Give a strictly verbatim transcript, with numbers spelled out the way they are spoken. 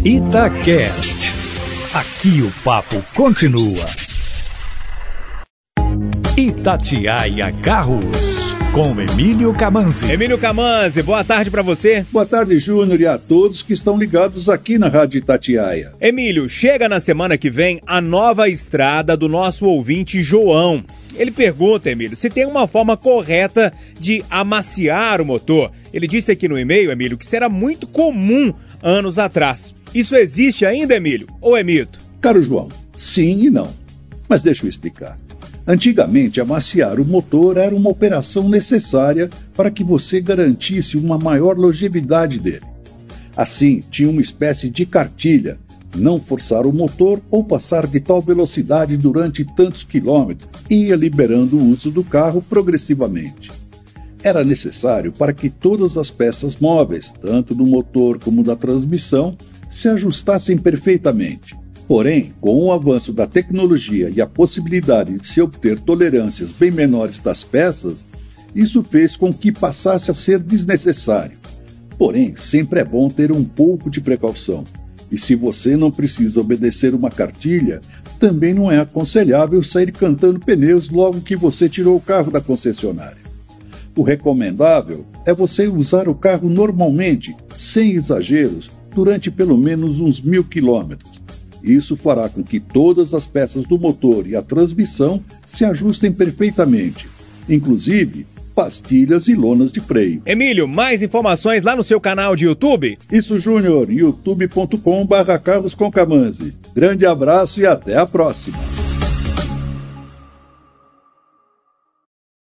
Itacast. Aqui o papo continua. Itatiaia Carros, com Emílio Camanzi. Emílio Camanzi, boa tarde para você. Boa tarde, Júnior, e a todos que estão ligados aqui na Rádio Itatiaia. Emílio, chega na semana que vem a nova estrada do nosso ouvinte João. Ele pergunta, Emílio, se tem uma forma correta de amaciar o motor. Ele disse aqui no e-mail, Emílio, que isso era muito comum anos atrás. Isso existe ainda, Emílio, ou é mito? Caro João, sim e não. Mas deixa eu explicar. Antigamente, amaciar o motor era uma operação necessária para que você garantisse uma maior longevidade dele. Assim, tinha uma espécie de cartilha, não forçar o motor ou passar de tal velocidade durante tantos quilômetros, e ia liberando o uso do carro progressivamente. Era necessário para que todas as peças móveis, tanto do motor como da transmissão, se ajustassem perfeitamente. Porém, com o avanço da tecnologia e a possibilidade de se obter tolerâncias bem menores das peças, isso fez com que passasse a ser desnecessário. Porém, sempre é bom ter um pouco de precaução. E se você não precisa obedecer uma cartilha, também não é aconselhável sair cantando pneus logo que você tirou o carro da concessionária. O recomendável é você usar o carro normalmente, sem exageros, durante pelo menos uns mil quilômetros. Isso fará com que todas as peças do motor e a transmissão se ajustem perfeitamente, inclusive pastilhas e lonas de freio. Emílio, mais informações lá no seu canal de YouTube? Isso, Júnior, youtube ponto com barra Carlos com Camanzi. Grande abraço e até a próxima.